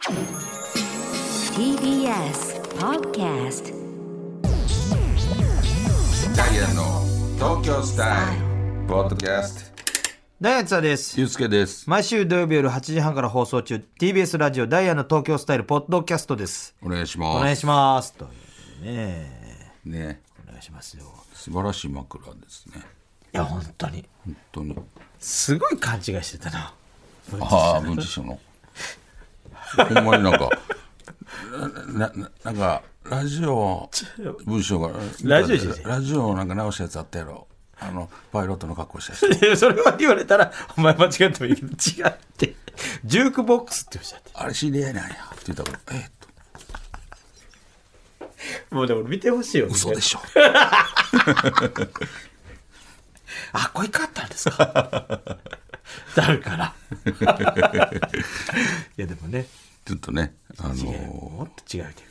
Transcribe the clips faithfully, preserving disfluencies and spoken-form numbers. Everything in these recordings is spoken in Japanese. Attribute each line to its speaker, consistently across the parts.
Speaker 1: ティービーエス Podcast
Speaker 2: ダイアンの東京スタイルポッドキャスト。
Speaker 3: ダイアンツァーです。
Speaker 2: ゆうすけです。
Speaker 3: 毎週土曜日夜はちじはんから放送中 ティービーエス ラジオダイアンの東京スタイルポッドキャストです。
Speaker 2: お願いします。
Speaker 3: お願いしますというね
Speaker 2: ね、
Speaker 3: お願いしますよ。
Speaker 2: 素晴らしい枕ですね。
Speaker 3: いや本当に
Speaker 2: 本当に
Speaker 3: すごい勘違いしてたな。
Speaker 2: ああ、文治師匠のほんまになんかな, な, なんかラジオ文章が
Speaker 3: ラジオじゃ
Speaker 2: ラジオなんか直したやつあったやろ。あのパイロットの格好した人
Speaker 3: それは言われたらお前間違ってもいいけど違ってジュークボックスっておっしゃって、
Speaker 2: あれ知り合いなんやって言ったからえっと
Speaker 3: もうでも見てほしいよ。
Speaker 2: 嘘でしょ
Speaker 3: あ、これ買ったんですかなるからいやでもね
Speaker 2: ちょっとねあのー、
Speaker 3: 違うもっと違うて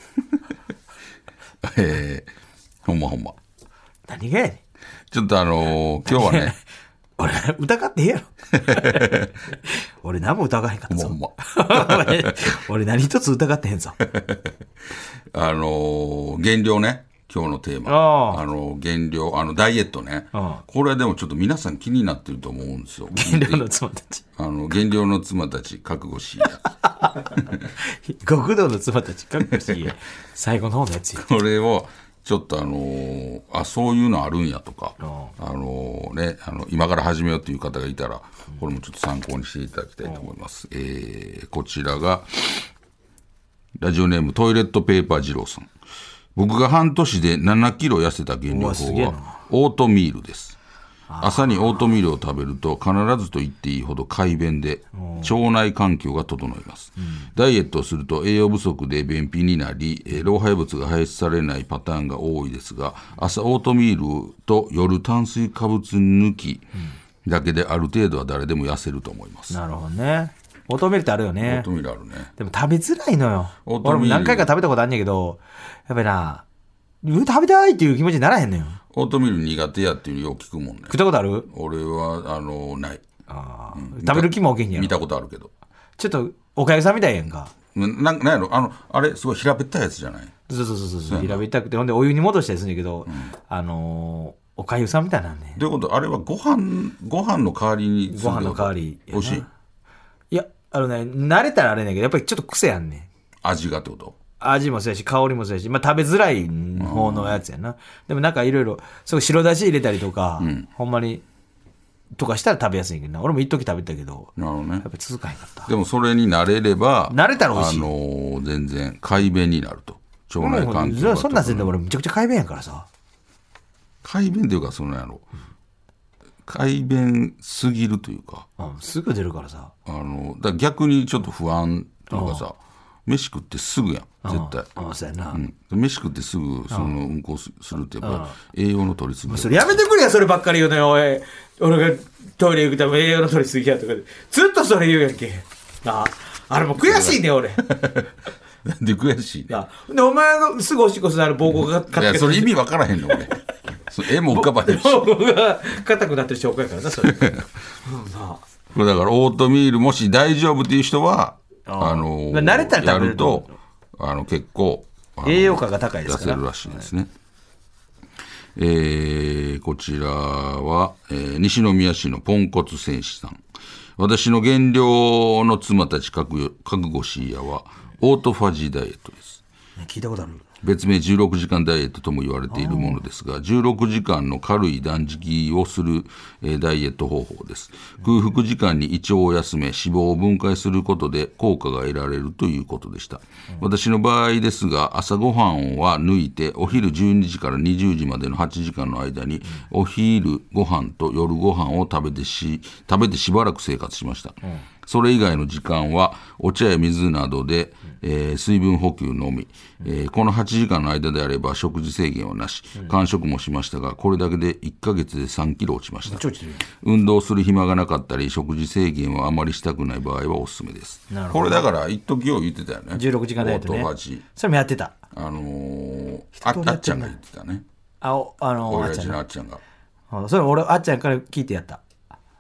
Speaker 2: えー、ほんまほんま
Speaker 3: 何がやねん。
Speaker 2: ちょっとあのー、今日はね
Speaker 3: 俺疑ってへんやろ俺何も疑わへんかったぞ。
Speaker 2: ほんま
Speaker 3: 俺何一つ疑ってへんぞ
Speaker 2: あのー、減量ね。今日のテーマ
Speaker 3: あ
Speaker 2: あの減量あのダイエットね。
Speaker 3: ああ
Speaker 2: これはでもちょっと皆さん気になってると思うんですよ。
Speaker 3: 減量の妻たち
Speaker 2: あの減量の妻たち覚悟しいや
Speaker 3: 極道の妻たち覚悟しいや最後の方のやつよ。
Speaker 2: これをちょっとあのー、あそういうのあるんやとか
Speaker 3: あ
Speaker 2: あのー、ねあの今から始めようっていう方がいたらこれもちょっと参考にしていただきたいと思います。えー、こちらがラジオネームトイレットペーパー二郎さん。僕が半年でななキロ痩せた減量
Speaker 3: うわすげえな
Speaker 2: 法はオートミールです。朝にオートミールを食べると必ずと言っていいほど快便で腸内環境が整います、うん、ダイエットをすると栄養不足で便秘になり老廃物が排出されないパターンが多いですが、朝オートミールと夜炭水化物抜きだけである程度は誰でも痩せると思います。
Speaker 3: なるほどね。オートミールってあるよね。
Speaker 2: オートミールあるね。
Speaker 3: でも食べづらいのよ。俺も何回か食べたことあるんやけどやっぱりな食べたいっていう気持ちにならへんのよ。
Speaker 2: オートミール苦手やっていうのよく聞くもんね。
Speaker 3: 食ったことある？
Speaker 2: 俺はあのない
Speaker 3: あ、うん、食べる気も起きへんやろ。
Speaker 2: 見たことあるけど
Speaker 3: ちょっとおかゆさんみたいやんか。
Speaker 2: な, なんやろあのあれすごい平べったいやつじゃない？
Speaker 3: そうそうそうそう平べったくてほんでお湯に戻したりするんだけど、うん、あのー、おかゆさんみたいなんね。
Speaker 2: どういうこと？あれはご飯ご飯の代わりに
Speaker 3: ご飯の代わり
Speaker 2: 美味しい？
Speaker 3: いやあのね慣れたらあれねんけどやっぱりちょっと癖あんねん。
Speaker 2: 味がってこと？
Speaker 3: 味もそうやし香りもそうやし、まあ、食べづらい方のやつやな。でもなんかいろいろそう白だし入れたりとか、うん、ほんまにとかしたら食べやすいけどな。俺も一時食べたけど
Speaker 2: なるほど、ね、
Speaker 3: やっぱ続かへんかった。
Speaker 2: でもそれに慣れれば
Speaker 3: 慣れたら美味しい、
Speaker 2: あのー、全然快便になると腸内環境が
Speaker 3: そんなんせんで俺めちゃくちゃ快便やからさ。
Speaker 2: 快便っていうかそのやろ、うん、快便すぎるというか、
Speaker 3: うん、すぐ出るからさ
Speaker 2: あのだから逆にちょっと不安というかさ、飯食ってすぐやん絶対。
Speaker 3: ああそうやな、
Speaker 2: うん、飯食ってすぐそのうんこするってやっぱり栄養の取りすぎ。
Speaker 3: それやめてくれやそればっかり言うのよ。おい俺がトイレ行くため栄養の取りすぎやとかずっとそれ言うやんけ。ああれも悔しいね俺
Speaker 2: なんで悔しいね。
Speaker 3: でお前がすぐおしっこするある膀胱が硬く
Speaker 2: いやそれ意味分からへんの俺絵も浮かばへんし
Speaker 3: 膀胱が硬くなってる証拠やからなそれ、うん、な
Speaker 2: これだからオートミールもし大丈夫っていう人はあのー、
Speaker 3: 慣れたら食べると
Speaker 2: やるとあの結構
Speaker 3: 栄養価が高いですから
Speaker 2: 痩せるらしいですね、はい。えー、こちらは、えー、西宮市のポンコツ戦士さん。私の減量の妻たち覚悟しいやはオートファジーダイエットです。
Speaker 3: 聞いたことある。
Speaker 2: 別名じゅうろくじかんダイエットとも言われているものですが、じゅうろくじかんの軽い断食をする、えー、ダイエット方法です。空腹時間に胃腸を休め脂肪を分解することで効果が得られるということでした、うん、私の場合ですが朝ごはんは抜いてお昼じゅうにじからにじゅうじまでのはちじかんの間にお昼ご飯と夜ご飯を食べてし食べてしばらく生活しました、うん。それ以外の時間はお茶や水などで、えー、水分補給のみ、えー、このはちじかんの間であれば食事制限はなし、間食もしましたがこれだけでいっかげつでさんキロ落ちました。運動する暇がなかったり食事制限をあまりしたくない場合はおすすめです。これだから一時を言ってたよね。
Speaker 3: じゅうろくじかんダイエットね。それもやってた。
Speaker 2: あのー、あ, あっちゃんが言ってたね。
Speaker 3: あ、あのー、
Speaker 2: 親父のあっちゃんが。
Speaker 3: それ俺あっちゃんから聞いてやった。
Speaker 2: あ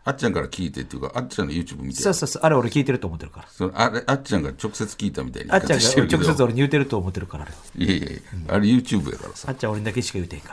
Speaker 2: あっちゃんから聞いてっていうか、あっちゃんの YouTube 見て。
Speaker 3: そうそうそう、あれ俺聞いてると思ってるから。
Speaker 2: そのあれあっちゃんが直接聞いたみたいな
Speaker 3: あっちゃんが
Speaker 2: してるけど。
Speaker 3: 直接俺に言うてると思ってるから、あれ。
Speaker 2: いやいやいや、あれ YouTube やからさ。
Speaker 3: あっちゃん俺にだけしか言うてへんから。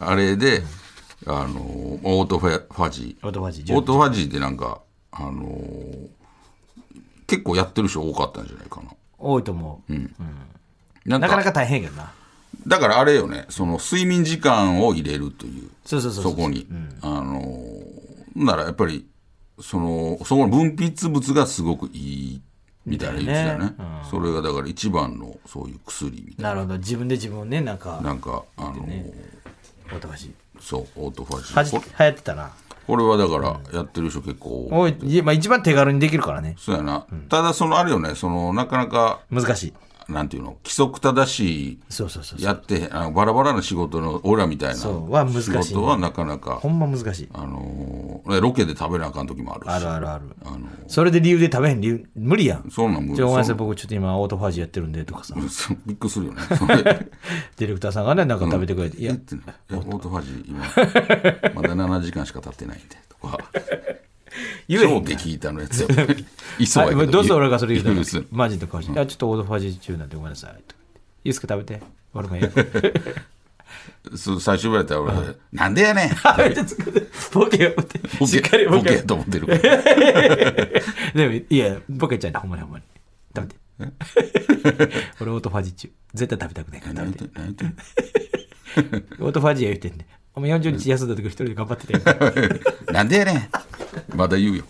Speaker 2: あれで、うん、あのオートファファジー。
Speaker 3: オートファジー。
Speaker 2: オートファジーってなんか、あのー、結構やってる人多かったんじゃないかな。
Speaker 3: 多いと思う。うん。うん、
Speaker 2: なんか
Speaker 3: なかなか大変やけどな。
Speaker 2: だからあれよね、その睡眠時間を入れるという、
Speaker 3: そうそうそうそう
Speaker 2: そこに、うん、あのー、ならやっぱりそのそこの分泌物がすごくいいみたいな言ってたよね、ね、うん、それがだから一番のそういう薬みたいな。
Speaker 3: なるほど、自分で自分をね、なんか
Speaker 2: なんかあのー
Speaker 3: ね、オートファジー、
Speaker 2: そうオートファジ
Speaker 3: ー流行ってたな。
Speaker 2: これはだからやってる人結構
Speaker 3: 多い、うん、まあ、一番手軽にできるからね。
Speaker 2: そうやな、うん、ただそのあるよね、そのなかなか
Speaker 3: 難しい、
Speaker 2: なんていうの、規則正しいやってあのバラバラな仕事の俺らみたいな仕事はなかなか
Speaker 3: ほんま難しい、
Speaker 2: あのー、ロケで食べなあかん時もあるし、
Speaker 3: あるあるある、あのー、それで理由で食べへん理由無理やん。
Speaker 2: そうなん無理。
Speaker 3: じゃあごめんなさい、僕ちょっと今オートファジーやってるんでとかさ
Speaker 2: びっくりするよね
Speaker 3: ディレクターさんがね、なんか食べてくれて、うん、いや
Speaker 2: オートファジー今まだななじかんしか経ってないんでとか超激イタのやつよいそうやけど、
Speaker 3: どうぞ俺がそれ言うたらマジで顔して、うん、いやちょっとオートファジー中なんでごめんなさいとか、いいですか食べて、俺もや
Speaker 2: 最初言われたら俺、うん、なんでやねん
Speaker 3: ボケよってしっかり
Speaker 2: ボケやと思ってる
Speaker 3: でもいやボケちゃんね、ほんまにほんまに食べて俺オートファジー中絶対食べたくないから食べて何言ってんオートファジーや言ってんね、お前よんじゅうにち休んだ時一人で頑張ってた
Speaker 2: なんでやねんまだ言うよ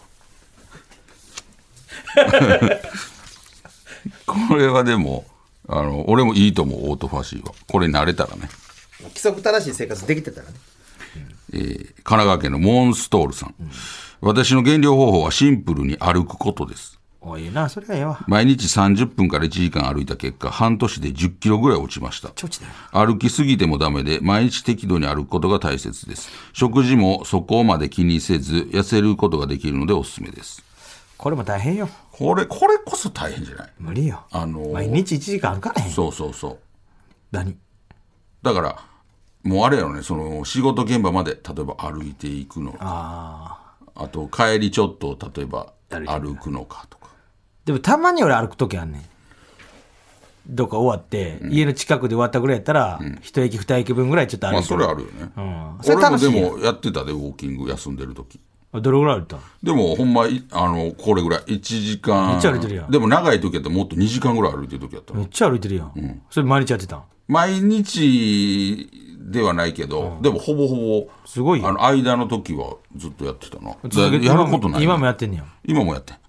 Speaker 2: これはでもあの俺もいいと思う、オートファジーは。これ慣れたらね、
Speaker 3: 規則正しい生活できてたらね、
Speaker 2: うん、えー、神奈川県のモンストールさん、うん、私の減量方法はシンプルに歩くことです。
Speaker 3: おいな、それがええわ。
Speaker 2: 毎日さんじゅっぷんからいちじかん歩いた結果、半年でじゅっキロぐらい落ちました。歩きすぎてもダメで、毎日適度に歩くことが大切です。食事もそこまで気にせず痩せることができるのでおすすめです。
Speaker 3: これも大変よ。
Speaker 2: これこれこそ大変じゃない？
Speaker 3: 無理よ、
Speaker 2: あのー、
Speaker 3: 毎日いちじかん歩かないへん。
Speaker 2: そうそうそう。
Speaker 3: 何
Speaker 2: だからもうあれやろね、その仕事現場まで例えば歩いていくのか、ああと帰りちょっと例えば歩くのかとか。
Speaker 3: でもたまに俺歩くときあんねん。どっか終わって、うん、家の近くで終わったぐらいやったら、うん、一駅二駅分ぐらいちょっと歩いてる。
Speaker 2: まあそれあるよね、
Speaker 3: うん、それ楽しいやん。
Speaker 2: 俺もでもやってたで、ウォーキング休んでるとき。
Speaker 3: どれぐらい歩いた？
Speaker 2: でもほんまあのこれぐらいいちじかん。
Speaker 3: めっちゃ歩いてるやん。
Speaker 2: でも長い時やったらもっとにじかんぐらい歩いてる時やったの。
Speaker 3: めっちゃ歩いてるやん、うん、それ毎日やってたん？
Speaker 2: 毎日ではないけど、うん、でもほぼほぼ
Speaker 3: すごいよ。
Speaker 2: あの間の時はずっとやってたな。やることない、ね、
Speaker 3: 今もやってんねや。
Speaker 2: 今もやってん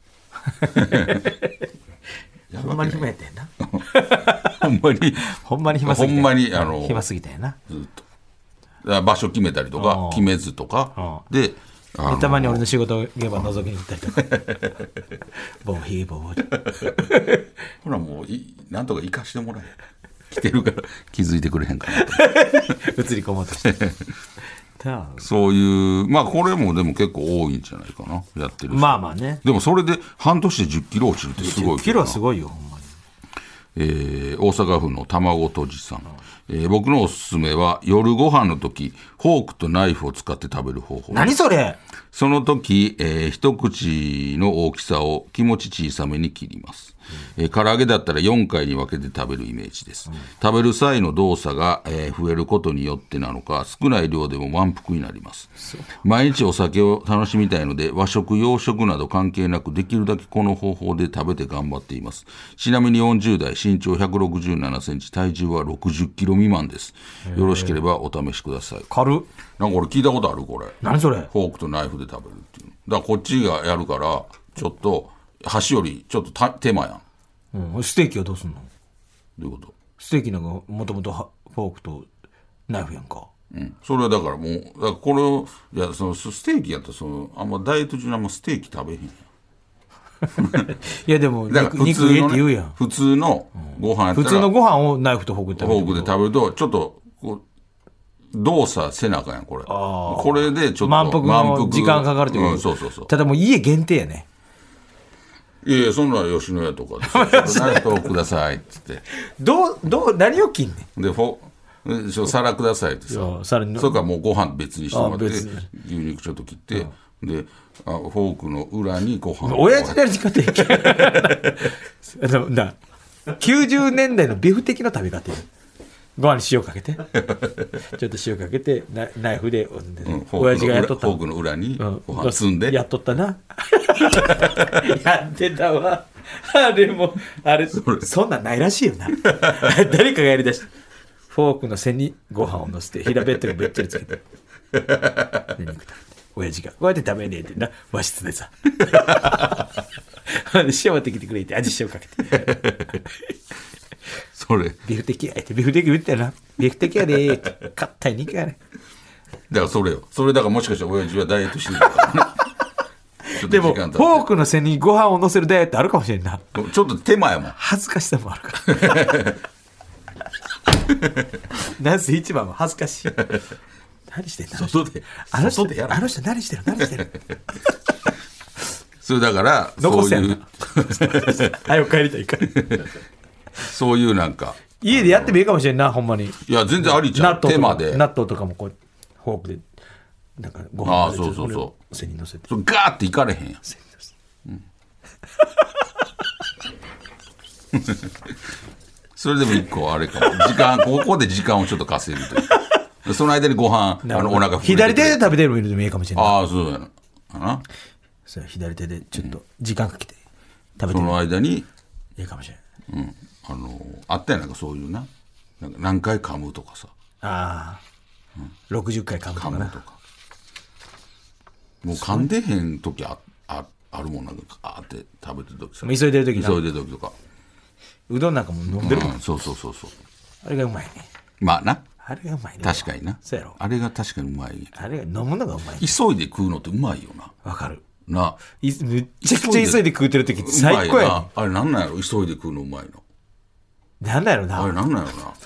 Speaker 3: ほんまに暇やったんやな
Speaker 2: ほんまに
Speaker 3: ほんまに暇すぎたんや。
Speaker 2: ほんまにあの
Speaker 3: 暇すぎたんやな。
Speaker 2: ずっと場所決めたりとか決めずとかで、
Speaker 3: あのたまに俺の仕事現場覗きに行ったりとかボーヒーボーで
Speaker 2: ほらもういなんとか生かしてもらえ来てるから気づいてくれへんかなと
Speaker 3: 映り込もうとして
Speaker 2: そういう、まあこれもでも結構多いんじゃないかな、やってる人。
Speaker 3: まあまあね。
Speaker 2: でもそれで半年でじゅっキロ落ちるってすごい。
Speaker 3: じゅっキロはすごいよほんまに。
Speaker 2: えー、大阪府の卵とじさん、えー、僕のおすすめは夜ご飯の時フォークとナイフを使って食べる方法です。
Speaker 3: 何それ？
Speaker 2: その時、えー、一口の大きさを気持ち小さめに切ります、うん。えー、唐揚げだったらよんかいに分けて食べるイメージです。うん、食べる際の動作が、えー、増えることによってなのか少ない量でも満腹になります。毎日お酒を楽しみたいので和食洋食など関係なくできるだけこの方法で食べて頑張っています。ちなみによんじゅう代、身長ひゃくろくじゅうななセンチ、体重はろくじゅっキロ未満です。よろしければお試しください。
Speaker 3: 軽っ。
Speaker 2: なんか俺聞いたことあるこれ。
Speaker 3: 何それ？
Speaker 2: フォークとナイフで食べるっていう。だからこっちがやるからちょっと箸よりちょっとた手間や
Speaker 3: ん、うん、ステーキはどうすんの？
Speaker 2: どういうこと？
Speaker 3: ステーキなんかもともとフォークとナイフやんか。
Speaker 2: うん、それはだからもうだからこれをいやそのステーキやったらそのあんまダイエット中にあんまステーキ食べへんやん
Speaker 3: いやでも
Speaker 2: だから
Speaker 3: 肉入れって言うやん。
Speaker 2: 普通のご飯やったら、
Speaker 3: 普通のご飯をナイフとフォークで食べる。
Speaker 2: フォークで食べるとちょっとこう動作せなあかんやんこれ。これでちょっと
Speaker 3: 満腹の時間かかるってこと、
Speaker 2: うん、そうそうそう。
Speaker 3: ただもう家限定やね。
Speaker 2: いやいやそんな吉野家とかでナイフとくださいっつって
Speaker 3: どうどう何を切んねん。
Speaker 2: でフォ皿くださいってさ、それからもうご飯別にしてもらって牛肉ちょっと切って、 であフォークの裏にご飯
Speaker 3: 親父なりに買っていけあのなきゅうじゅうねんだいのビフ的な食べ方やご飯に塩かけてちょっと塩かけてナナイフで、うん、親父がやっとった
Speaker 2: フォークの裏にご飯積んで、
Speaker 3: うん、やっとったなやってたわあれもあれ そ, そんなんないらしいよな誰かがやりだしてフォークの背にご飯を乗せて平べったくべっちりつけて肉食べて親父がこうやって食べねえってな和室でさ塩持ってきてくれって味塩かけて
Speaker 2: それ
Speaker 3: ビフ的やってビフ的言ったよなビフ的やでーって硬い肉やね
Speaker 2: だからそれよそれだからもしかしたら親父はダイエットしてるからね
Speaker 3: でもフォークの背にご飯を乗せるダイエットあるかもしれんな
Speaker 2: ちょっと手間やもん
Speaker 3: 恥ずかしさもあるからなんせ一番は恥ずかしい何してんの
Speaker 2: 外で
Speaker 3: あの人
Speaker 2: 外でやら
Speaker 3: あの人何してる何してる
Speaker 2: それだからそういう
Speaker 3: 早く帰りたいから
Speaker 2: そういうなんか
Speaker 3: 家でやってもいいかもしれんなほんまに
Speaker 2: いや全然ありちゃう手間で
Speaker 3: 納豆とかもこうフォークでなんかご飯
Speaker 2: ああそうそうそう
Speaker 3: 背に乗せて
Speaker 2: それガーっていかれへんやん、うん、それでも一個あれかも時間ここで時間をちょっと稼ぐというその間にご飯あのお腹
Speaker 3: 左手で食べてるのでもいいかもしれない
Speaker 2: ああそうやなな
Speaker 3: それ左手でちょっと時間かけて食べてる
Speaker 2: その間に
Speaker 3: いいかもしれ
Speaker 2: ない、うん、あのあったやなんかそういうななんか何回噛むとかさ
Speaker 3: ああ、うん、ろくじゅっかい噛むとかな
Speaker 2: 噛むとかもう噛んでへん時 あ, あ, あるもんなんかあって食べてる時さ
Speaker 3: 急いでる時な
Speaker 2: 急いでる時とか
Speaker 3: うどんなんかも飲んでるもん、
Speaker 2: うん、そうそうそうそう
Speaker 3: あれがうまいね
Speaker 2: まあな
Speaker 3: あれがうまいね
Speaker 2: 確かにな
Speaker 3: そうやろ
Speaker 2: あれが確かにうまい
Speaker 3: あれが飲むのがうまい
Speaker 2: 急いで食うのってうまいよな
Speaker 3: わかる
Speaker 2: ない
Speaker 3: めっちゃくちゃ急いで食うてる時最高やね
Speaker 2: なあれなんなんやろ急いで食うのうまいの
Speaker 3: なんなんやろな
Speaker 2: あれなんなんやろな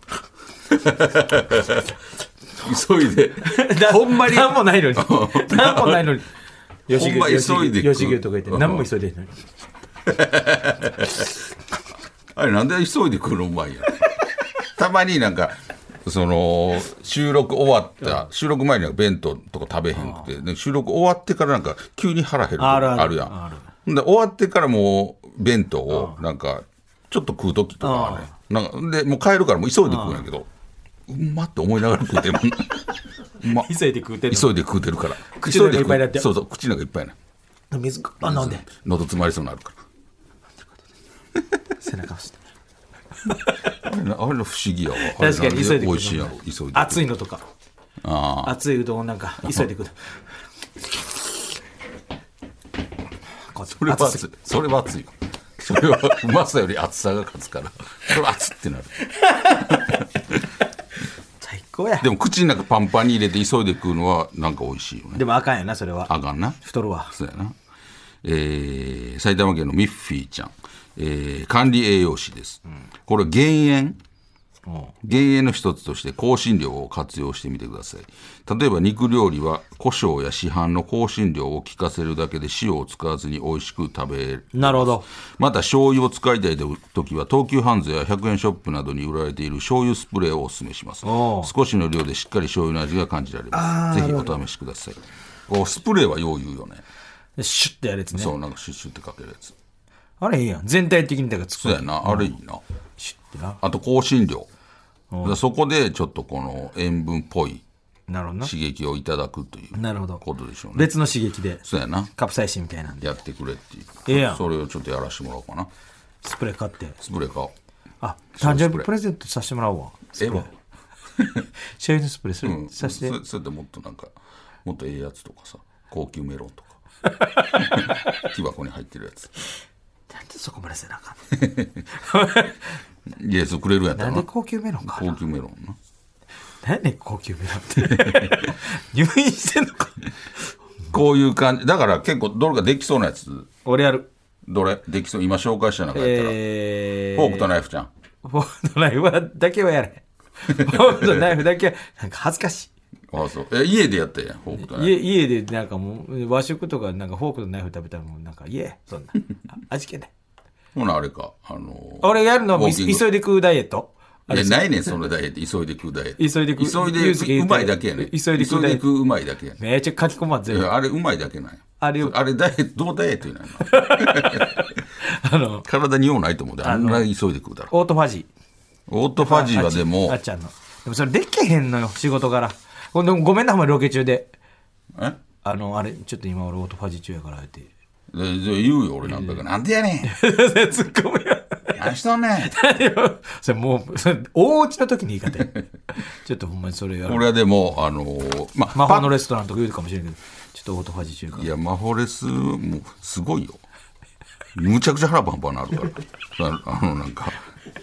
Speaker 2: 急いでほんまに
Speaker 3: なんもないのになんもないのに
Speaker 2: ほんま急いで
Speaker 3: 吉牛とか言って何も急いでへんのに
Speaker 2: あれなんで急いで食うのうまいやろたまになんかその収録終わった収録前には弁当とか食べへんくてで収録終わってからなんか急に腹減る時あるやんで終わってからもう弁当をなんかちょっと食う時とかはねなんかでもう帰るからもう急いで食うんやけどうまって思いながら食うてるもんうま
Speaker 3: 急いで食うてる
Speaker 2: 急いで食うてるから
Speaker 3: 口の中いっぱいになって
Speaker 2: そうそう口の中いっぱいな
Speaker 3: 水あ飲んで
Speaker 2: 喉詰まりそうになるから
Speaker 3: 背中押して
Speaker 2: あれの不思議やわ
Speaker 3: 確かに急いで
Speaker 2: 美味しいやろ急いで食う
Speaker 3: 熱いのとか
Speaker 2: あ
Speaker 3: 熱いうどんをなんか急いで食う
Speaker 2: それは熱いそれは熱いよそれはうまさより熱さが勝つからそれは熱ってなる
Speaker 3: 最高や
Speaker 2: でも口の中パンパンに入れて急いで食うのはなんか美味しいよね
Speaker 3: でもあかんやなそれは
Speaker 2: あかんな
Speaker 3: 太るわ
Speaker 2: そうやな、えー、埼玉県のミッフィーちゃん、えー、管理栄養士です、うん、これ減塩減塩の一つとして香辛料を活用してみてください。例えば肉料理は胡椒や市販の香辛料を効かせるだけで塩を使わずに美味しく食べる。
Speaker 3: なるほど。
Speaker 2: また醤油を使いたいときは東急ハンズやひゃくえんショップなどに売られている醤油スプレーをお勧めします。少しの量でしっかり醤油の味が感じられます。ぜひお試しください。こうスプレーはよう言うよね。
Speaker 3: シュッてやるやつね。
Speaker 2: そうなんかシュッシュってかけるやつ。
Speaker 3: あれいいやん全体的にだから作る。
Speaker 2: そうやなあれいいな。
Speaker 3: シュッてな。
Speaker 2: あと香辛料。そこでちょっとこの塩分っぽい刺激をいただくということでしょうね。
Speaker 3: 別の刺激で
Speaker 2: そうやな
Speaker 3: カプサイシンみたいなんで
Speaker 2: やってくれっていう
Speaker 3: ええやん
Speaker 2: それをちょっとやらせてもらおうかな。
Speaker 3: スプレー買って
Speaker 2: スプレー買おう。
Speaker 3: あ誕生日プレゼントさせてもらおうわ。
Speaker 2: ええわ
Speaker 3: 醤油のスプレーする、うん、させて
Speaker 2: それでもっとなんかもっとええやつとかさ高級メロンとか木箱に入ってるやつ
Speaker 3: なんでそこまでせなあかん
Speaker 2: いやそうくれるやったらな。
Speaker 3: なんで高級メロンか
Speaker 2: 高級メロンな。
Speaker 3: 何ね高級メロンって入院してんのか
Speaker 2: こういう感じだから結構どれかできそうなやつ
Speaker 3: 俺やる。
Speaker 2: どれできそう今紹介した中やったら、えー、フォークとナイフちゃん
Speaker 3: フォークとナイフはだけはやれフォークとナイフだけはなんか恥ずかしい。
Speaker 2: ああそうえ家でやったやんフォークとナイフ。
Speaker 3: 家, 家でなんかもう和食とかなんかフォークとナイフ食べたらもうなんかいえそんな味気ない。
Speaker 2: ほなあれかあのー、
Speaker 3: 俺やるのは急いで食うダイエットあれ
Speaker 2: いやないねんそのダイエット急いで食うダイエット
Speaker 3: 急いで食う
Speaker 2: 急いで
Speaker 3: ユースケ言うて
Speaker 2: うまいだけやねん
Speaker 3: 急いで食うダイエット
Speaker 2: 急いで食ううまいだけやね
Speaker 3: めっちゃ書き込まんぜ
Speaker 2: んいやあれうまいだけなんや
Speaker 3: あれを
Speaker 2: あれダイエットどうダイエットになるの
Speaker 3: あの
Speaker 2: 体に用ないと思うであんな急いで食うだろ
Speaker 3: オートファジー
Speaker 2: オートファジーはでも
Speaker 3: あっちゃんのでもそれできへんのよ仕事柄ほんでごめんなほんまにロケ中で
Speaker 2: え
Speaker 3: あのあれちょっと今俺オートファジー中やからって
Speaker 2: でじゃあ言うよ俺なんかがなんでやねん
Speaker 3: ツッコミや
Speaker 2: 何しとんねん
Speaker 3: それもうそれ大落ちの時に言い方やちょっとほんまにそれやる
Speaker 2: 俺はでもあのーま
Speaker 3: 魔法のレストランとか言うかもしれんけどちょっとオートファジー中やから
Speaker 2: いやマホレスもすごいよむちゃくちゃ腹パンパンなるからああのなんか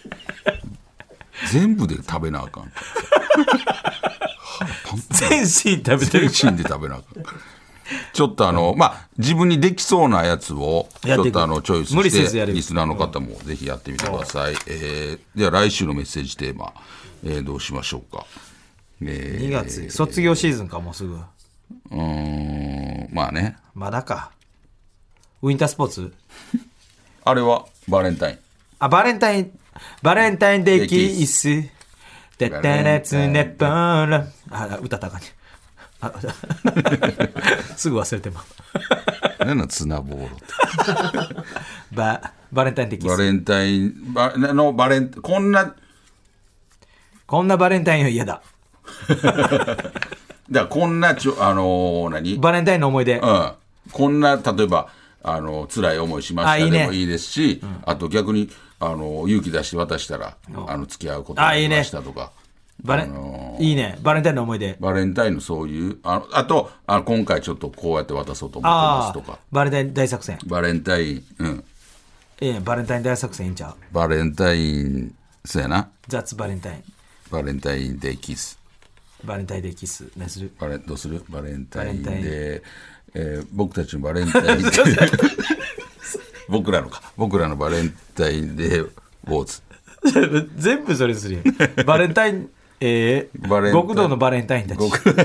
Speaker 2: 全部で食べなあかん腹パンパン
Speaker 3: 全身食べてる
Speaker 2: 全身で食べなあかんちょっとあのまあ自分にできそうなやつをちょっとあのチョイス
Speaker 3: 無理せず
Speaker 2: して
Speaker 3: やれる
Speaker 2: リスナーの方もぜひやってみてください、えー、では来週のメッセージテーマ、えー、どうしましょうか、えー、
Speaker 3: にがつ卒業シーズンかもうすぐ
Speaker 2: うーんまあね
Speaker 3: まだかウィンタースポーツ
Speaker 2: あれはバレンタイン
Speaker 3: あバレンタインバレンタインデーキースてってれつねっぽらあ歌ったらあかんねあすぐ忘れてまう
Speaker 2: 何の綱ボールって
Speaker 3: ババレンタインデーキース
Speaker 2: バレンタインバのバレンこんな
Speaker 3: こんなバレンタインは嫌だ
Speaker 2: だからこんなちょあのー、何
Speaker 3: バレンタインの思い出
Speaker 2: うんこんな例えばあの辛い思いしました
Speaker 3: あいいね
Speaker 2: でもいいですし あ, と逆にあの勇気出して渡したらあの付き合うことになりましたとか
Speaker 3: バレン、
Speaker 2: あのー
Speaker 3: いいねバレンタインの思い出
Speaker 2: バレンタインのそういうああとあ今回ちょっとこうやって渡そうと思ってます
Speaker 3: あ
Speaker 2: とか
Speaker 3: バレンタイン大作戦
Speaker 2: バレンタインうん
Speaker 3: いいねバレンタイン大作戦いいんちゃう
Speaker 2: バレンタインそうやな
Speaker 3: 雑バレンタイン
Speaker 2: バレンタインデーキス
Speaker 3: バレンタインデーキス何する
Speaker 2: バレどうするバレンタイン
Speaker 3: バレンタイ
Speaker 2: で、えー僕たちのバレンタインで僕らのか僕らのバレンタインでウォーズ
Speaker 3: 全部それするやんバレンタインえー、
Speaker 2: バレンタイン
Speaker 3: 極道のバレンタインたち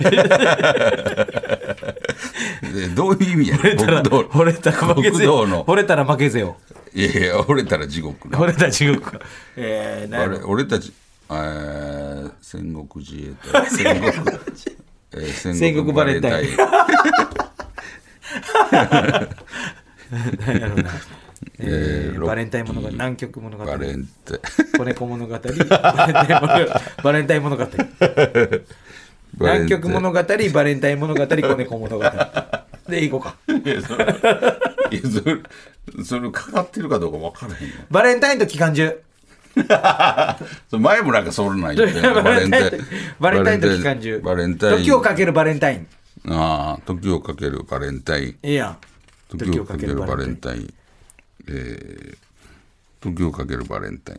Speaker 2: でどういう意味やねん
Speaker 3: 惚れたら
Speaker 2: 極道
Speaker 3: 惚れたら負けぜ
Speaker 2: 極道の
Speaker 3: 惚れたら負けぜよ
Speaker 2: いやいや俺たら地獄な
Speaker 3: 惚れたら地獄かえー、な
Speaker 2: あれ俺たち、えー、戦国自衛隊戦国、えー、戦
Speaker 3: 戦国バレンタイン何やろうなえー、バレンタイン物語南極物語
Speaker 2: バレンタイン
Speaker 3: 子猫物語バレンタイン物語バレンタイン物語南極物語バレンタイン物語子猫物語でいこうか
Speaker 2: いやそれいやそれそれかかってるかどうか分からへんよ
Speaker 3: バレンタインと期間中
Speaker 2: それ前もなんかそれなん言ってんの
Speaker 3: バレンタインとバレンタインと期間中
Speaker 2: バレンタイン
Speaker 3: 時をかけるバレンタイン
Speaker 2: ああ時をかけるバレンタイン
Speaker 3: いいやん
Speaker 2: 時をかけるバレンタインえー、時をかけるバレンタイン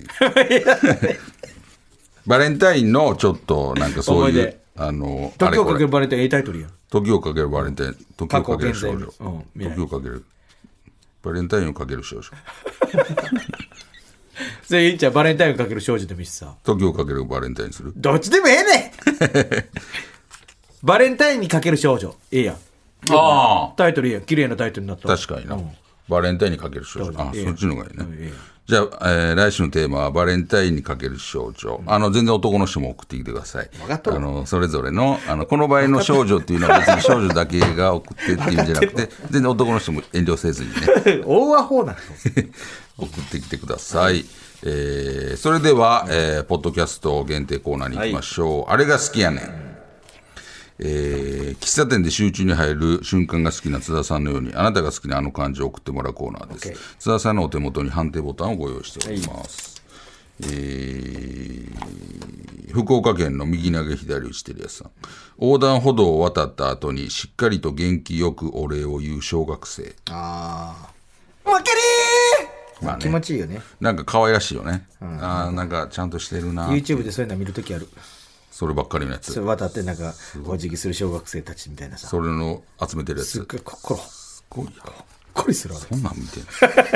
Speaker 2: バレンタインのちょっとなんかそういう
Speaker 3: 思い出
Speaker 2: あの
Speaker 3: 時をかける
Speaker 2: あれこ
Speaker 3: バレンタインいいタイトルやん
Speaker 2: れ時をかけるバレンタイン時をかける少女
Speaker 3: 過去現在うん未来
Speaker 2: 時をかけるバレンタインをかける少女
Speaker 3: それいいんちゃうバレンタインをかける少女でもいいしさ
Speaker 2: 時をかけるバレンタインする
Speaker 3: どっちでもええねんバレンタインにかける少女いいやん
Speaker 2: あ
Speaker 3: タイトルいいやん綺麗なタイトルになった
Speaker 2: 確かにな、
Speaker 3: うん
Speaker 2: バレンタインにかける少女あ
Speaker 3: いい
Speaker 2: そっちの方がいいね、
Speaker 3: うんいいやん
Speaker 2: じゃあ、えー来週のテーマはバレンタインにかける少女、あの全然男の人も送ってきてください
Speaker 3: かっとる
Speaker 2: あのそれぞれのあのこの場合の少女っていうのは別に少女だけが送ってっていうんじゃなくて全然男の人も遠慮せずにね
Speaker 3: 大アホなの
Speaker 2: 送ってきてください、えーそれでは、えーポッドキャスト限定コーナーに行きましょう、あれが好きやねん、えー喫茶店で集中に入る瞬間が好きな津田さんのようにあなたが好きなあの漢字を送ってもらうコーナーです、
Speaker 3: OK
Speaker 2: 津田さんのお手元に判定ボタンをご用意しております、えー福岡県の右投げ左打ちテレアさん、横断歩道を渡った後にしっかりと元気よくお礼を言う小学生、
Speaker 3: ああ負けりー、
Speaker 2: まあね
Speaker 3: 気持ちいいよね
Speaker 2: なんか可愛らしいよね、あーなんかちゃんとしてるな
Speaker 3: YouTube でそういうの見るときある
Speaker 2: そればっかりのやつ
Speaker 3: それ渡ってなんかお辞儀する小学生たちみたいなさ
Speaker 2: それの集めてるやつ
Speaker 3: すっごい心ほっ
Speaker 2: すごいな
Speaker 3: こりするあれ
Speaker 2: そんなん見てんの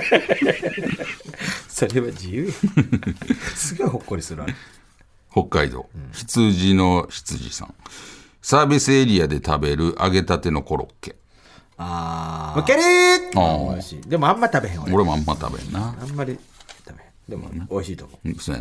Speaker 3: それは自由やすごいほっこりするあれ
Speaker 2: 北海道、羊の羊さん、サービスエリアで食べる揚げたてのコロッケ、
Speaker 3: ああ負けりー
Speaker 2: あー
Speaker 3: 美味しいでもあんま食べへん俺
Speaker 2: 俺もあんま食べんな、
Speaker 3: あんまり食べへんでも美味しいと思う
Speaker 2: うんそうやね、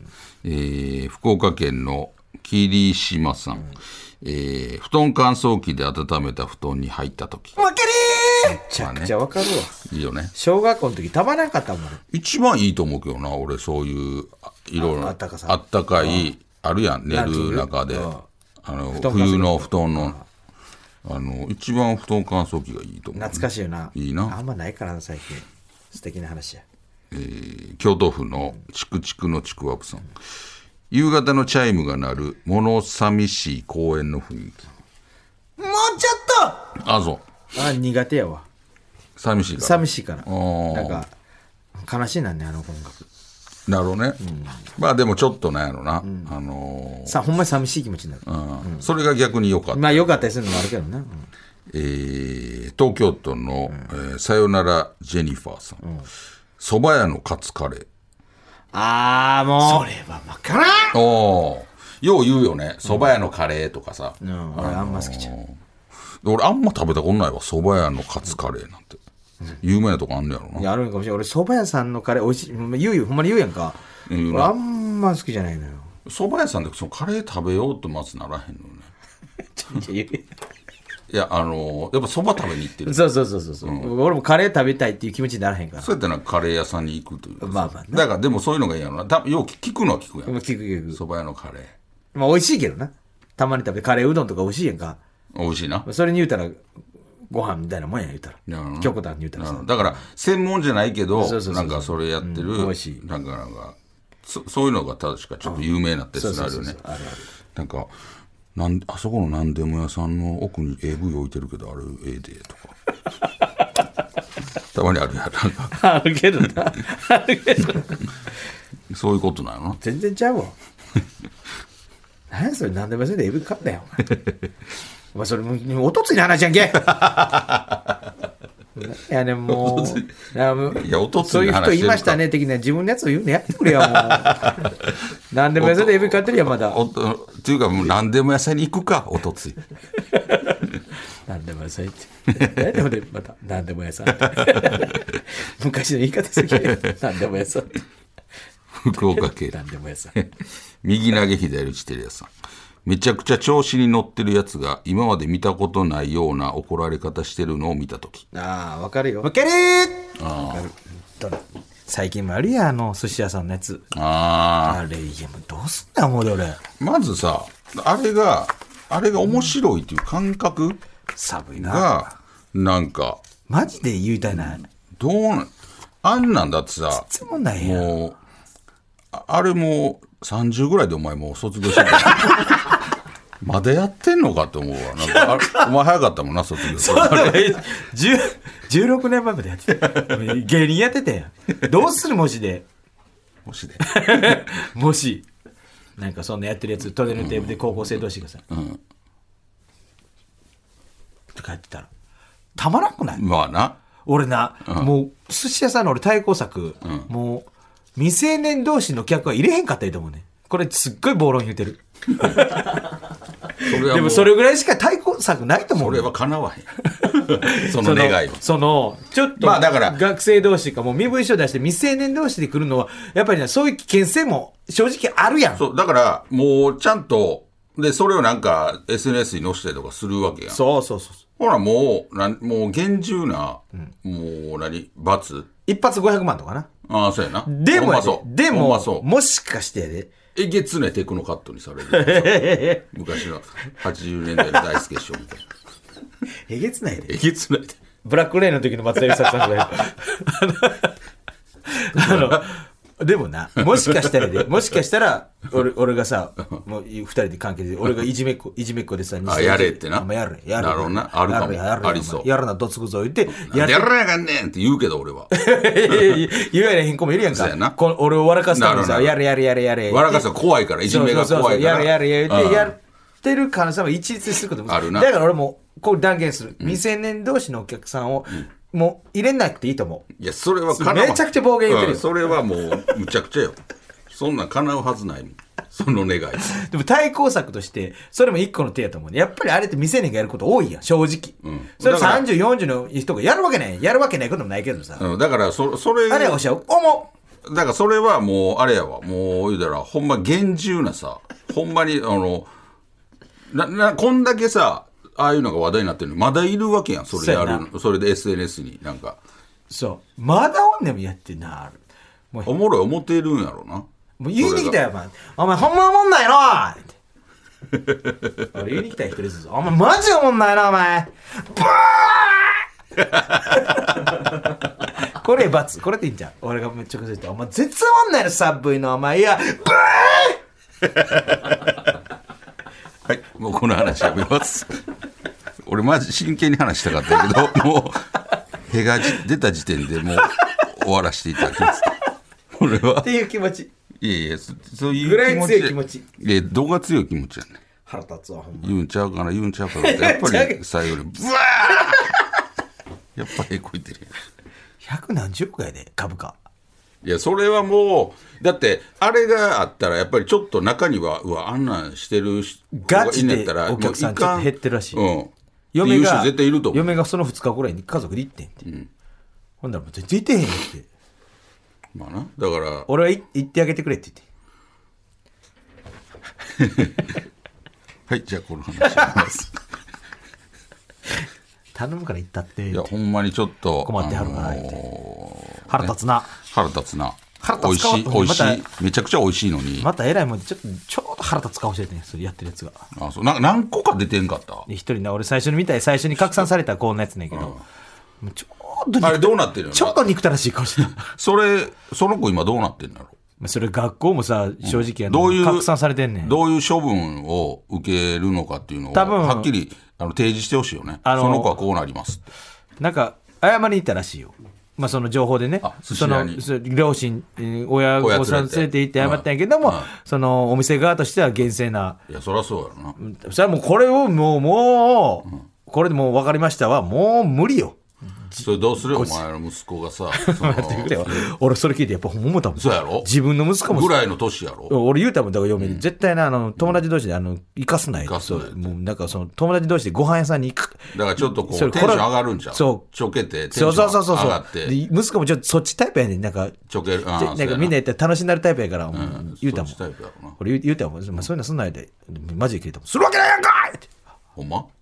Speaker 2: えー福岡県の霧島さん、うんえー布団乾燥機で温めた布団に入った時。
Speaker 3: わかりーめちゃくちゃわかるわ、
Speaker 2: いいよね。
Speaker 3: 小学校の時たまらなかったもん。
Speaker 2: 一番いいと思うけどな、俺そういういろいろ
Speaker 3: あったかさ
Speaker 2: あったかいあるやん、寝る中で、あの冬の布団のあの一番布団乾燥機がいいと思う、ね、
Speaker 3: 懐かしいよな。
Speaker 2: いいな。
Speaker 3: あんまないからな最近。素敵な話や。
Speaker 2: えー京都府のチクチクのちくわぶさん、夕方のチャイムが鳴る物寂しい公園の雰囲気。
Speaker 3: もうちょっと
Speaker 2: あ、そう
Speaker 3: あ苦手やわ。
Speaker 2: 寂しいから
Speaker 3: 寂しいから
Speaker 2: ー
Speaker 3: なんか悲しいなんねあの音楽。
Speaker 2: なるほどね、まあでもちょっとなんやろな、あのー
Speaker 3: さほんまに寂しい気持ちになる。
Speaker 2: うんそれが逆に良かった。
Speaker 3: まあ良かったりするのもあるけどな。うん
Speaker 2: えー東京都の、えーさよならジェニファーさん、蕎麦屋のカツカレー。
Speaker 3: あーもうそれは分からん。
Speaker 2: おーよう言うよね、蕎麦屋のカレーとかさ、
Speaker 3: うん俺あんま好きじゃん。
Speaker 2: 俺あんま食べたことないわ、蕎麦屋のカツカレーなんて、有名なとこあんねやろな。
Speaker 3: いやあるんかもしれない。俺蕎麦屋さんのカレー美味しい。言うよほんまに言うやんか。
Speaker 2: 言うな
Speaker 3: 俺あんま好きじゃないのよ。
Speaker 2: 蕎麦屋さんでそのカレー食べようとまずならへんのね。
Speaker 3: ちょいちょい
Speaker 2: いやあのーやっぱ蕎麦食べに行ってる。
Speaker 3: そうそうそうそうそう、俺もカレー食べたいっていう気持ちにならへんから。
Speaker 2: そうやってなんかカレー屋さんに行くというかさ、
Speaker 3: まあまあな
Speaker 2: だからでもそういうのがいいやろな。たよう聞くのは聞くやん、
Speaker 3: もう聞く聞く。
Speaker 2: 蕎麦屋のカレー
Speaker 3: まあ美味しいけどな。たまに食べカレーうどんとか美味しいやんか。
Speaker 2: 美味しいな。
Speaker 3: それに言うたらご飯みたいなもんや言うたら。
Speaker 2: なるほど
Speaker 3: 極端に言うたらさ
Speaker 2: なるほど。だから専門じゃないけど
Speaker 3: そうそうそうそう
Speaker 2: なんかそれやってる、
Speaker 3: うん美味しい
Speaker 2: なんかなんかそそういうのが確かちょっと有名なってするあるよね。
Speaker 3: あるある。
Speaker 2: なんかなんあそこの何でも屋さんの奥に エーブイ 置いてるけどあれええでとかたまにあるやん、なんか
Speaker 3: あるけどな。あるけど
Speaker 2: そういうことなのな。
Speaker 3: 全然ちゃうわ。何やそれ何でも屋さんでエブ買ったよ。お前お前それもうおとついの話やんけ。いやねもうあもう
Speaker 2: いやおとつい
Speaker 3: そういう
Speaker 2: の話
Speaker 3: 人いましたね的な自分のやつを言うのやってくれよもう。何でも屋さんでエブ買ってるやんまだ。
Speaker 2: おとっていうかもう何でも屋さんに行くかおとつい。
Speaker 3: 何でも屋さんって何でもねまた何でも屋さん昔の言い方すぎる。何でも屋さん
Speaker 2: 福岡県
Speaker 3: 何でも屋さん。
Speaker 2: 右投げ左打ちテレ屋さん、めちゃくちゃ調子に乗ってるやつが今まで見たことないような怒られ方してるのを見たとき。
Speaker 3: ああ分かるよ分かるー分かる。どれ最近もあるやんあの寿司屋さんのやつ。
Speaker 2: あ
Speaker 3: あれいやもうどうすんだもう俺
Speaker 2: まずさあれがあれが面白いっていう感覚
Speaker 3: 寒いな
Speaker 2: がなんか
Speaker 3: マジで言いたいな。
Speaker 2: どうなんあんなんだってさ
Speaker 3: つもないやん。
Speaker 2: もうああれもうさんじゅうぐらいでお前もう卒業してるまだやってんのかって思うわ。なんかあれお前早かったもんな卒業するあれ
Speaker 3: じゅうろくねんまえまでやってた芸人やってたやん。どうするもしで
Speaker 2: もしで
Speaker 3: もしなんかそんなやってるやつトレーのテーブルで高校生同士がさ、
Speaker 2: ん
Speaker 3: って帰ってたらたまらんくない？
Speaker 2: まあな
Speaker 3: 俺な、もう寿司屋さんの俺対抗策、もう未成年同士の客は入れへんかったらいいと思うね。これすっごい暴論言うてる。
Speaker 2: それはもう
Speaker 3: でもそれぐらいしか対抗策ないと思うね。
Speaker 2: それは叶わへんその願いは
Speaker 3: そのちょっと
Speaker 2: まあだから
Speaker 3: 学生同士かもう身分証出して未成年同士で来るのはやっぱりねそういう危険性も正直あるやん。
Speaker 2: そうだからもうちゃんとでそれをなんか エスエヌエス に載せたりとかするわけやん。
Speaker 3: そうそうそう
Speaker 2: ほらもうなんもう厳重な、もう何罰
Speaker 3: 一発ごひゃくまんとかな。
Speaker 2: ああそうやな。
Speaker 3: でもやで
Speaker 2: ほんまそう
Speaker 3: でも
Speaker 2: ほんまそう
Speaker 3: もしかしてやで
Speaker 2: えげつないテクノカットにされる昔のはちじゅうねんだいの大輔師匠みたいな
Speaker 3: えげつないで
Speaker 2: えげつないで
Speaker 3: ブラックレイの時の松田優作さんがあのでもなもしかしたらでもしかしたら俺俺がさもう二人で関係で俺がいじめっ子いじめっ子でさ
Speaker 2: あやれってな
Speaker 3: まあやれやれ
Speaker 2: なるほどなあるかも
Speaker 3: やれやれ
Speaker 2: ありそう
Speaker 3: やるなどつくぞ言って
Speaker 2: や
Speaker 3: や
Speaker 2: らなあかんねんって言うけど俺は
Speaker 3: 言われへん子もいるやん
Speaker 2: そうやな
Speaker 3: かこ俺を笑かすためにさ
Speaker 2: なるほど
Speaker 3: やれやれやれやれ
Speaker 2: 笑かすの怖いからいじめが怖いから
Speaker 3: そうそうそうやれやれやれ
Speaker 2: うん
Speaker 3: ってやってる可能性も一律にすることも
Speaker 2: あるな
Speaker 3: だから俺もこう断言する未成年同士のお客さんをもう入れなくていいと思う。
Speaker 2: いやそれは叶わん
Speaker 3: めちゃくちゃ暴言言ってるよ
Speaker 2: うんそれはもうむちゃくちゃよそんなん叶うはずないもんその願い
Speaker 3: でも対抗策としてそれも一個の手やと思うね。やっぱりあれって未成年がやること多いやん正直、
Speaker 2: うん
Speaker 3: それ
Speaker 2: だから
Speaker 3: さんじゅう、よんじゅうの人がやるわけないやるわけないこともないけどさ、
Speaker 2: うんだからそそれ
Speaker 3: あれはおっしゃう思
Speaker 2: だからそれはもうあれやわ、もう言うたらほんま厳重なさ、ほんまにあのななこんだけさああいうのが話題になってるのまだいるわけやん、それやるの、それで エスエヌエス になんか
Speaker 3: そうまだおんねんもやってんな、もう
Speaker 2: おもろい思ってるんやろな。
Speaker 3: もう言いに来たよ、お前お前ほんまおもんないなって俺言いに来たよ一人ずつ、お前マジおもんないなお前ブーこれ罰、これでいいんじゃん。俺がめっちゃくちゃ言ったお前絶対おもんないの寒いのお前、いやブー
Speaker 2: はい、もうこの話やめます俺マジ真剣に話したかったけど、もうへが出た時点でもう終わらせていただきます。これは
Speaker 3: っていう気持ち、
Speaker 2: いやいや、そそういう
Speaker 3: ぐらい強い気持ち、
Speaker 2: いやどうが強い気持ちやねん。
Speaker 3: 腹立つわほんま。
Speaker 2: 言うんちゃうかな言うんちゃうかなってやっぱり最後にブワーやっぱへこいてるやん。
Speaker 3: 百何十億やで株価。
Speaker 2: いやそれはもうだってあれがあったらやっぱりちょっと中にはうわあんなんしてる人
Speaker 3: ガチで
Speaker 2: がいんやったら
Speaker 3: お客さんちょっと減ってるらしい。
Speaker 2: うん、
Speaker 3: 嫁が
Speaker 2: 絶対いると思う。
Speaker 3: 嫁がそのふつかぐらいに家族で行ってんって、うん、ほんならもう全然行ってへんよって。
Speaker 2: まあな、だから
Speaker 3: 俺は行ってあげてくれって言って
Speaker 2: はい、じゃあこの話します
Speaker 3: 頼むから行ったって。
Speaker 2: いやほんまにちょっと
Speaker 3: 困ってはるな、あのー、腹立つな、ね、
Speaker 2: 腹立つな。
Speaker 3: 腹立つか。
Speaker 2: 美味しい美味しい、めちゃくちゃ美味しいのに
Speaker 3: またえらいもんでちょっとちょうど腹立つ顔してて、ね、それやってるやつが。
Speaker 2: あそうな何個か出てんかった。
Speaker 3: 一人な、俺最初に見たい、最初に拡散されたこんなやつねんけど、うん、もうちょうど
Speaker 2: あれどうなってるの。
Speaker 3: ちょっと憎たらしい顔してた
Speaker 2: それその子今どうなってんだろう。
Speaker 3: それ学校もさ正直、うん、
Speaker 2: どういう
Speaker 3: 拡散されてんねん。
Speaker 2: どういう処分を受けるのかっていうのを
Speaker 3: 多分
Speaker 2: はっきりあの提示してほしいよね。その子はこうなりますって
Speaker 3: なんか謝りに行ったらしいよ。まあその情報でね、その両親親御さん連れて行って謝ったんやけども、うんうん、そのお店側としては厳正な。
Speaker 2: いやそりゃそうやろな。
Speaker 3: それはもうこれをもうもう、うん、これでもう分かりましたわ、もう無理よ。
Speaker 2: それどうするお前の息子がさ
Speaker 3: 待ってくれよ。俺それ聞いてやっぱ思ったもん。
Speaker 2: そうやろ。
Speaker 3: 自分の息子も
Speaker 2: ぐらいの年やろ。
Speaker 3: 俺言うたもんだから嫁に、うん、絶対なあの友達同士であの生かすない。生かすない。もうなんかその友達同士でご飯屋さんに行く。
Speaker 2: だからちょっとこうテンション上がるんちゃう。そうちょけてテンション上がって。
Speaker 3: 息子もちょっとそっちタイプやねん。なんか
Speaker 2: ちょける。あ
Speaker 3: なんかみんなやったら楽しんだるタイプやから、うん、言うたもん。
Speaker 2: そっちタイプやろな。
Speaker 3: 俺言うたもん。まあ、そういうのすんないでマジで切れたもん。するわけないやんかいって。
Speaker 2: ほんま。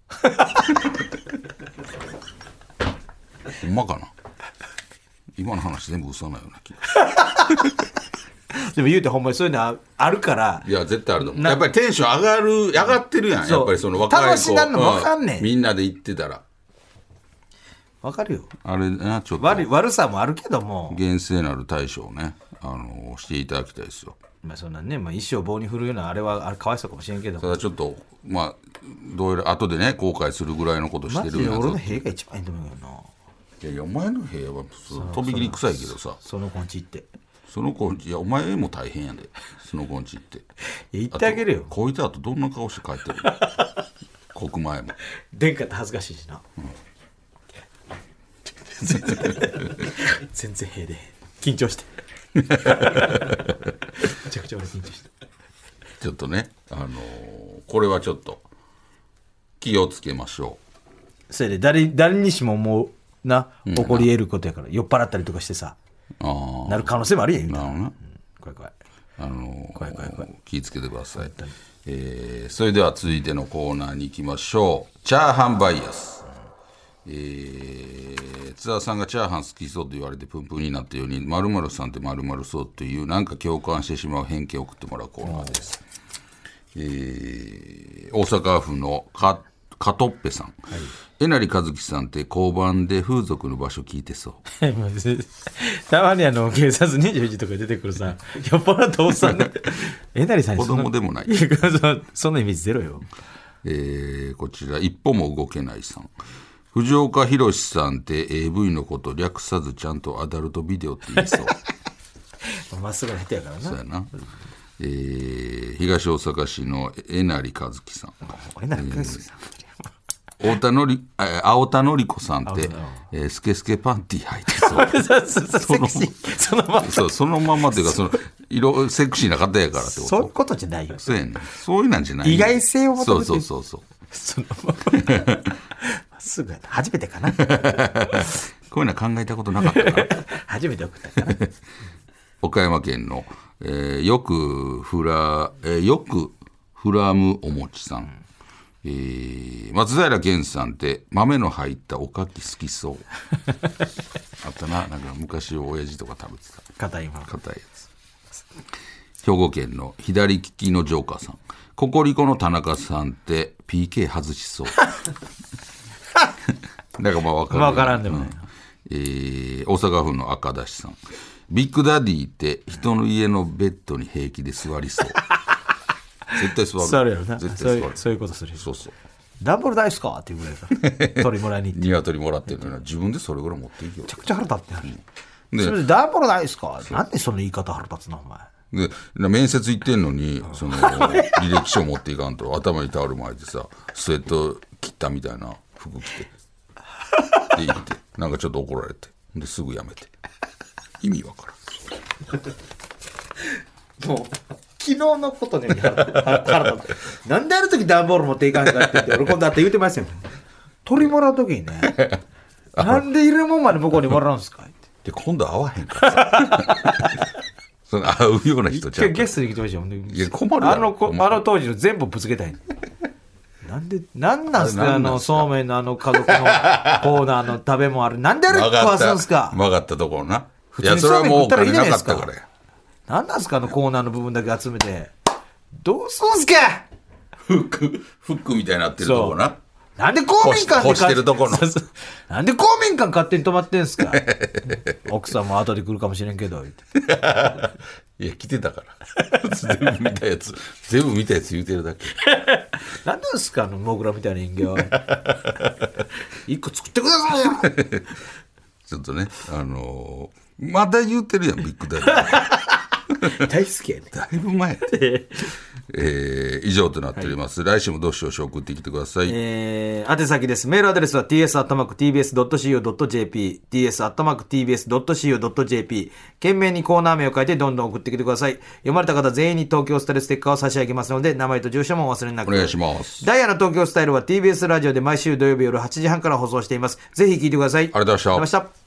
Speaker 2: ほんまかな。今の話全部嘘なような気が
Speaker 3: でも言うてほんまにそういうのあるから。
Speaker 2: いや絶対あると思う。やっぱりテンション上がる上がってるやん。やっぱりその若い子
Speaker 3: 楽しなんの分かんねん、
Speaker 2: うん、みんなで行ってたら
Speaker 3: 分かるよ。あ
Speaker 2: れなちょっと
Speaker 3: 悪, 悪さもあるけども
Speaker 2: 厳正なる対処をねあのしていただきたいですよ。
Speaker 3: まあそんなね、まあ、一生棒に振るようなあれはあれかわいそうかもしれんけど、
Speaker 2: ただちょっとまあどうやら後でね後悔するぐらいのことしてるんや
Speaker 3: マジで俺の塀が一番いいと思うよな。
Speaker 2: いやいやお前の部屋は飛び切り臭いけどさ、
Speaker 3: その子んち行って
Speaker 2: その子んちいやお前も大変やでその子んち行って
Speaker 3: いや行ってあげるよ。
Speaker 2: こいつあとどんな顔して帰ってる国前も
Speaker 3: 殿下って恥ずかしいしな、うん、全然平で緊張してめちゃくちゃ俺緊張して
Speaker 2: ちょっとねあのー、これはちょっと気をつけましょ
Speaker 3: う。それで 誰, 誰にしももうな起こり得ることやから、うん、酔っ払ったりとかしてさあなる可能性もあるやん。なるほどな、うん、怖い怖い、あのー、怖い怖い怖い
Speaker 2: 気をつけてください。えー、それでは続いてのコーナーに行きましょう。チャーハンバイアス、えー、津田さんがチャーハン好きそうと言われてプンプンになったように〇〇さんって〇〇そうというなんか共感してしまう偏見を送ってもらうコーナーです。えー、大阪府のかかとっぺさん、はい、えなりかずきさんって交番で風俗の場所聞いてそう
Speaker 3: たまにあの警察にじゅういちとか出てくるさ酔っ払ったおっさんがえなりさんに
Speaker 2: 子供でもない
Speaker 3: そんなイメージゼロよ。
Speaker 2: えー、こちら一歩も動けないさん、藤岡弘さんって エーブイ のこと略さずちゃんとアダルトビデオって言いそう
Speaker 3: まっすぐな人やからな。
Speaker 2: そうやな。えー、東大阪市のえなりかずきさん、
Speaker 3: えなりかずきさん、
Speaker 2: 太田のり青田のり子さんって、えー、スケスケパンティ履いてそうそのままそうそのままというかその色セクシーな方やからってこと。
Speaker 3: そういうことじゃないよ。
Speaker 2: そうやねん、そういうなんじゃない。
Speaker 3: 意外性を求めて
Speaker 2: そうそうそうそう
Speaker 3: そのまますぐ初めてかなこ
Speaker 2: ういうのは考えたことなかったから
Speaker 3: 初めて送ったから
Speaker 2: 岡山県の、えー、よくフラ、えー、よくフラムおもちさん、えー、松平健さんって豆の入ったおかき好きそうあったな、なんか昔親父とか食べてた
Speaker 3: 硬い豆
Speaker 2: 硬いやつ。兵庫県の左利きのジョーカーさん、ココリコの田中さんって ピーケー 外しそうなんかまあ分かる、
Speaker 3: 分からんでもない、うん、
Speaker 2: えー、大阪府の赤だしさん、ビッグダディって人の家のベッドに平気で座りそう絶対座る。
Speaker 3: 座るやろな。
Speaker 2: 絶対座る。
Speaker 3: そういうことする。
Speaker 2: そうそう。
Speaker 3: ダンボール大好きかっていうぐらいさ鳥もらいに行って
Speaker 2: 鶏もらってるのに自分でそれぐらい持っていくよ。
Speaker 3: めちゃくちゃ腹立ってはる、
Speaker 2: うん、
Speaker 3: それでダンボール大好きかなんでその言い方腹立つのお前
Speaker 2: で面接行ってんのにその履歴書持っていかんと頭にタオル巻いてさスウェット切ったみたいな服着てって言ってなんかちょっと怒られてですぐやめて意味わからん
Speaker 3: もう昨日のことね腹立ってなんである時ダンボール持っていかんかって言って俺今度あって言ってましたよ鳥もらう時にねなんで入れ物まで向こうにもらうんすかって
Speaker 2: で今度会わへんからさその会うような人ちゃう
Speaker 3: ゲストに来てましたよ。
Speaker 2: いや困るやろ
Speaker 3: あのあの当時の全部ぶつけたいなんでなんなんすか あ, あのそうめんのあの家族のコーナーの食べ物あるなんであれ壊すんすか
Speaker 2: 曲がったところな。
Speaker 3: 普通にそうめん食ったらいいじゃないですか。
Speaker 2: いやそれはもうお金なかったからや。
Speaker 3: なんなんすかあのコーナーの部分だけ集めてどうすんすか
Speaker 2: フックフックみたいになってるとこな。
Speaker 3: なんで公民館で
Speaker 2: 干してるとこの
Speaker 3: なんで公民館勝手に泊まってんすか奥さんも後で来るかもしれんけど
Speaker 2: いや来てたから全部見たやつ全部見たやつ言うてるだけ
Speaker 3: なんなんすかあのモグラみたいな人形一個作ってくださいよ
Speaker 2: ちょっとねあのー、まだ言うてるやんビッグダディ
Speaker 3: 大好きやね
Speaker 2: だいぶ前えー、以上となっております、はい、来週もどしどし送ってきてください、
Speaker 3: えー、宛先です。メールアドレスは ティーエス アットマーク ティービーエス ドット シーオー ドット ジェーピー ティーエス アットマーク ティービーエス ドット シーオー ドット ジェーピー 懸命にコーナー名を書いてどんどん送ってきてください。読まれた方全員に東京スタイルステッカーを差し上げますので名前と住所もお忘れなく。
Speaker 2: お願いします。
Speaker 3: ダイヤの東京スタイルは ティービーエス ラジオで毎週土曜日夜はちじはんから放送しています。ぜひ聞いてください。あり
Speaker 2: がとうございました。